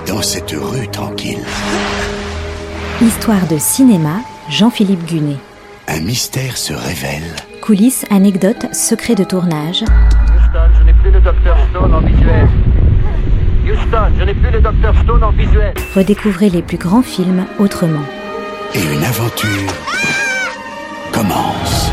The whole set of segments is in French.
dans cette rue tranquille. Histoire de cinéma, Jean-Philippe Gunet. Un mystère se révèle. Coulisses, anecdotes, secrets de tournage. Houston, je n'ai plus le Dr Stone en visuel. Houston, je n'ai plus le Dr Stone en visuel. Redécouvrez les plus grands films autrement. Et une aventure commence.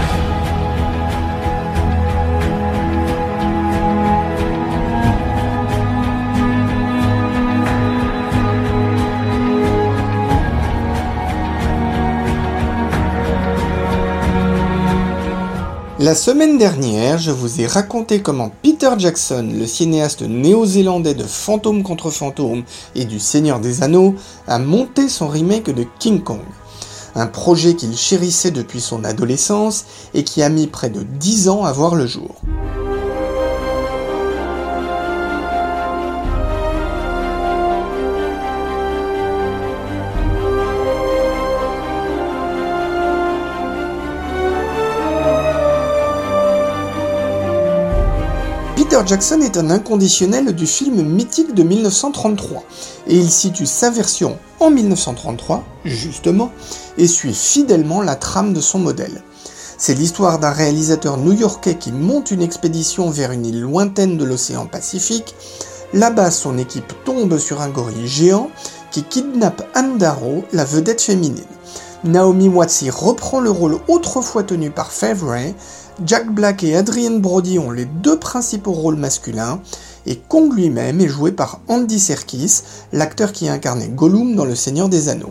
La semaine dernière, je vous ai raconté comment Peter Jackson, le cinéaste néo-zélandais de Fantôme contre Fantôme et du Seigneur des Anneaux, a monté son remake de King Kong. Un projet qu'il chérissait depuis son adolescence et qui a mis près de 10 ans à voir le jour. Peter Jackson est un inconditionnel du film mythique de 1933, et il situe sa version en 1933, justement, et suit fidèlement la trame de son modèle. C'est l'histoire d'un réalisateur new-yorkais qui monte une expédition vers une île lointaine de l'océan Pacifique. Là-bas, son équipe tombe sur un gorille géant qui kidnappe Anne Darrow, la vedette féminine. Naomi Watts y reprend le rôle autrefois tenu par Favre. Jack Black et Adrien Brody ont les deux principaux rôles masculins, et Kong lui-même est joué par Andy Serkis, l'acteur qui incarnait Gollum dans Le Seigneur des Anneaux.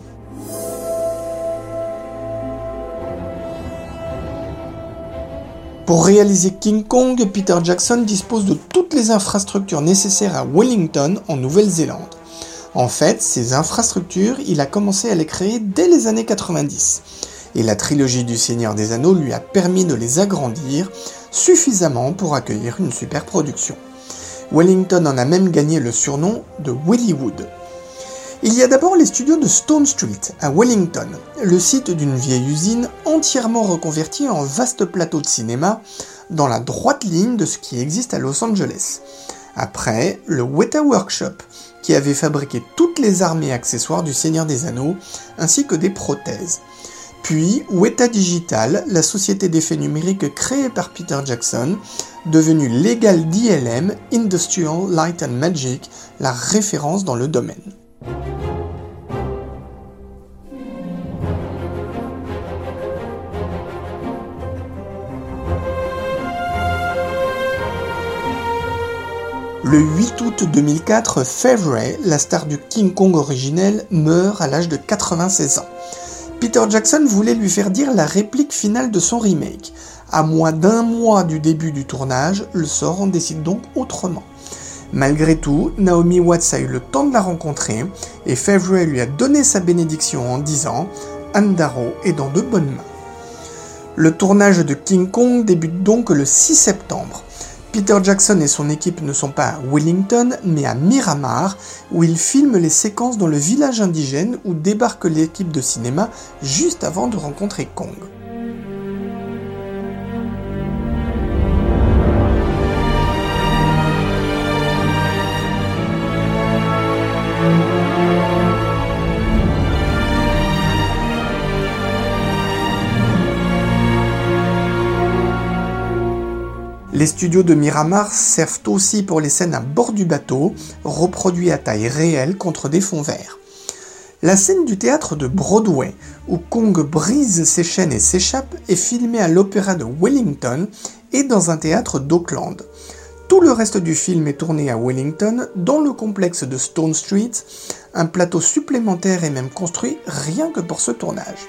Pour réaliser King Kong, Peter Jackson dispose de toutes les infrastructures nécessaires à Wellington, en Nouvelle-Zélande. En fait, ces infrastructures, il a commencé à les créer dès les années 90. Et la trilogie du Seigneur des Anneaux lui a permis de les agrandir suffisamment pour accueillir une super production. Wellington en a même gagné le surnom de Wellywood. Il y a d'abord les studios de Stone Street, à Wellington, le site d'une vieille usine entièrement reconvertie en vaste plateau de cinéma, dans la droite ligne de ce qui existe à Los Angeles. Après, le Weta Workshop, qui avait fabriqué toutes les armes et accessoires du Seigneur des Anneaux, ainsi que des prothèses. Puis, Weta Digital, la société d'effets numériques créée par Peter Jackson, devenue Legal DLM, Industrial Light and Magic, la référence dans le domaine. Le 8 août 2004, Favre, la star du King Kong originel, meurt à l'âge de 96 ans. Peter Jackson voulait lui faire dire la réplique finale de son remake. À moins d'1 mois du début du tournage, le sort en décide donc autrement. Malgré tout, Naomi Watts a eu le temps de la rencontrer et Favre lui a donné sa bénédiction en disant « Anne Darrow est dans de bonnes mains ». Le tournage de King Kong débute donc le 6 septembre. Peter Jackson et son équipe ne sont pas à Wellington, mais à Miramar, où ils filment les séquences dans le village indigène où débarque l'équipe de cinéma juste avant de rencontrer Kong. Les studios de Miramar servent aussi pour les scènes à bord du bateau, reproduits à taille réelle contre des fonds verts. La scène du théâtre de Broadway, où Kong brise ses chaînes et s'échappe, est filmée à l'Opéra de Wellington et dans un théâtre d'Auckland. Tout le reste du film est tourné à Wellington, dans le complexe de Stone Street. Un plateau supplémentaire est même construit rien que pour ce tournage.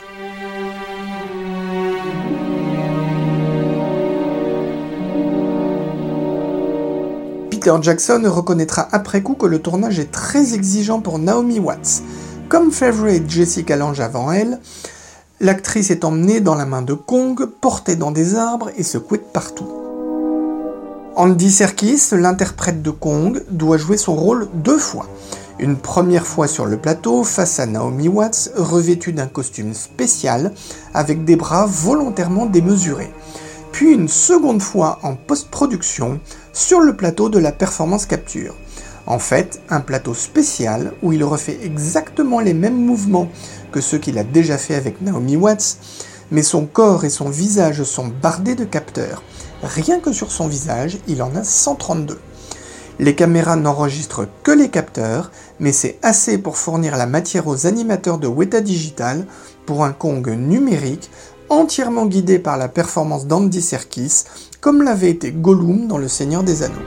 Peter Jackson reconnaîtra après coup que le tournage est très exigeant pour Naomi Watts. Comme Favre et Jessica Lange avant elle, l'actrice est emmenée dans la main de Kong, portée dans des arbres et secouée de partout. Andy Serkis, l'interprète de Kong, doit jouer son rôle 2 fois. Une première fois sur le plateau, face à Naomi Watts, revêtue d'un costume spécial, avec des bras volontairement démesurés. Puis une seconde fois en post-production, sur le plateau de la Performance Capture. En fait, un plateau spécial où il refait exactement les mêmes mouvements que ceux qu'il a déjà fait avec Naomi Watts, mais son corps et son visage sont bardés de capteurs. Rien que sur son visage, il en a 132. Les caméras n'enregistrent que les capteurs, mais c'est assez pour fournir la matière aux animateurs de Weta Digital pour un Kong numérique entièrement guidé par la performance d'Andy Serkis, comme l'avait été Gollum dans Le Seigneur des Anneaux.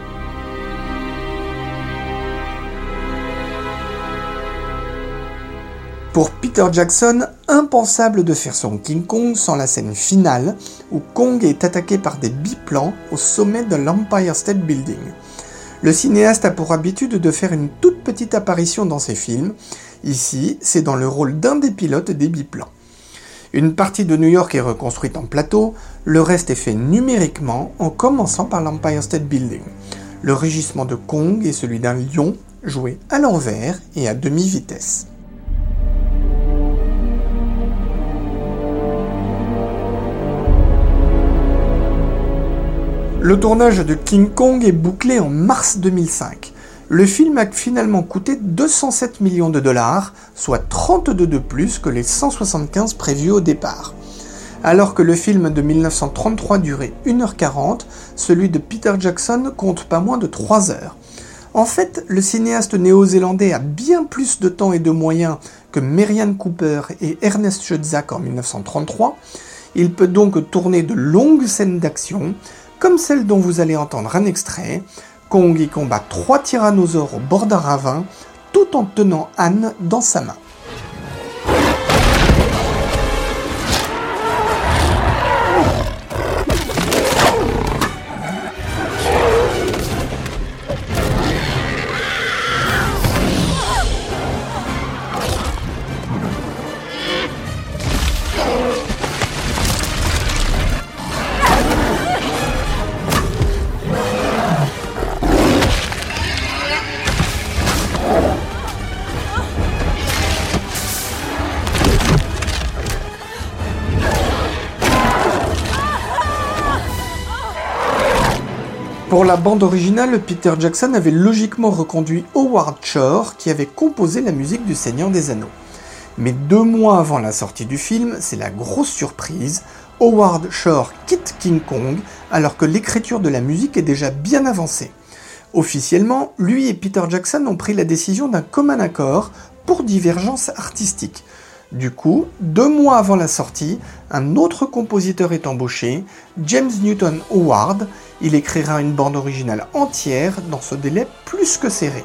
Pour Peter Jackson, impensable de faire son King Kong sans la scène finale, où Kong est attaqué par des biplans au sommet de l'Empire State Building. Le cinéaste a pour habitude de faire une toute petite apparition dans ses films. Ici, c'est dans le rôle d'un des pilotes des biplans. Une partie de New York est reconstruite en plateau, le reste est fait numériquement en commençant par l'Empire State Building. Le rugissement de Kong est celui d'un lion joué à l'envers et à demi-vitesse. Le tournage de King Kong est bouclé en mars 2005. Le film a finalement coûté 207 millions de dollars, soit 32 de plus que les 175 prévus au départ. Alors que le film de 1933 durait 1h40, celui de Peter Jackson compte pas moins de 3 heures. En fait, le cinéaste néo-zélandais a bien plus de temps et de moyens que Merian Cooper et Ernest Schoedsack en 1933. Il peut donc tourner de longues scènes d'action, comme celle dont vous allez entendre un extrait. Kong y combat 3 tyrannosaures au bord d'un ravin, tout en tenant Anne dans sa main. Pour la bande originale, Peter Jackson avait logiquement reconduit Howard Shore, qui avait composé la musique du Seigneur des Anneaux. Mais 2 mois avant la sortie du film, c'est la grosse surprise, Howard Shore quitte King Kong alors que l'écriture de la musique est déjà bien avancée. Officiellement, lui et Peter Jackson ont pris la décision d'un commun accord pour divergence artistique. Du coup, 2 mois avant la sortie, un autre compositeur est embauché, James Newton Howard. Il écrira une bande originale entière dans ce délai plus que serré.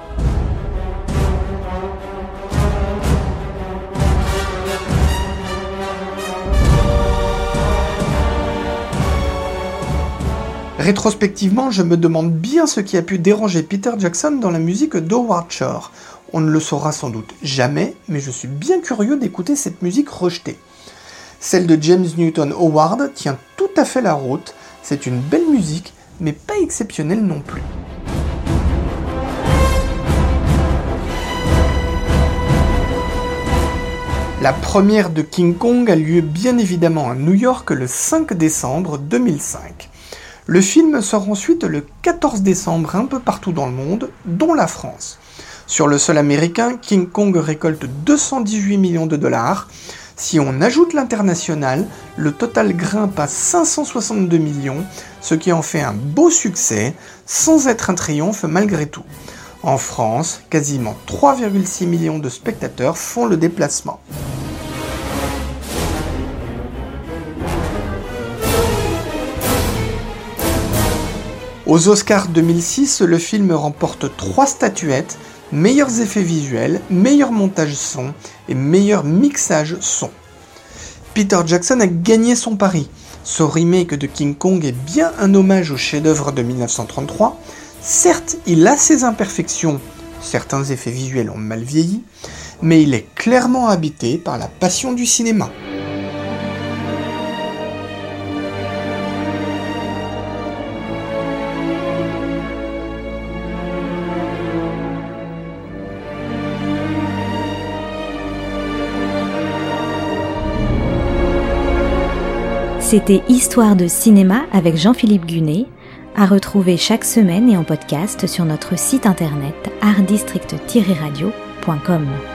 Rétrospectivement, je me demande bien ce qui a pu déranger Peter Jackson dans la musique d'Howard Shore. On ne le saura sans doute jamais, mais je suis bien curieux d'écouter cette musique rejetée. Celle de James Newton Howard tient tout à fait la route, c'est une belle musique, mais pas exceptionnelle non plus. La première de King Kong a lieu bien évidemment à New York le 5 décembre 2005. Le film sort ensuite le 14 décembre un peu partout dans le monde, dont la France. Sur le sol américain, King Kong récolte 218 millions de dollars. Si on ajoute l'international, le total grimpe à 562 millions, ce qui en fait un beau succès, sans être un triomphe malgré tout. En France, quasiment 3,6 millions de spectateurs font le déplacement. Aux Oscars 2006, le film remporte 3 statuettes, meilleurs effets visuels, meilleur montage son et meilleur mixage son. Peter Jackson a gagné son pari. Ce remake de King Kong est bien un hommage au chef-d'œuvre de 1933. Certes, il a ses imperfections, certains effets visuels ont mal vieilli, mais il est clairement habité par la passion du cinéma. C'était Histoire de cinéma avec Jean-Philippe Gunet, à retrouver chaque semaine et en podcast sur notre site internet artdistrict-radio.com.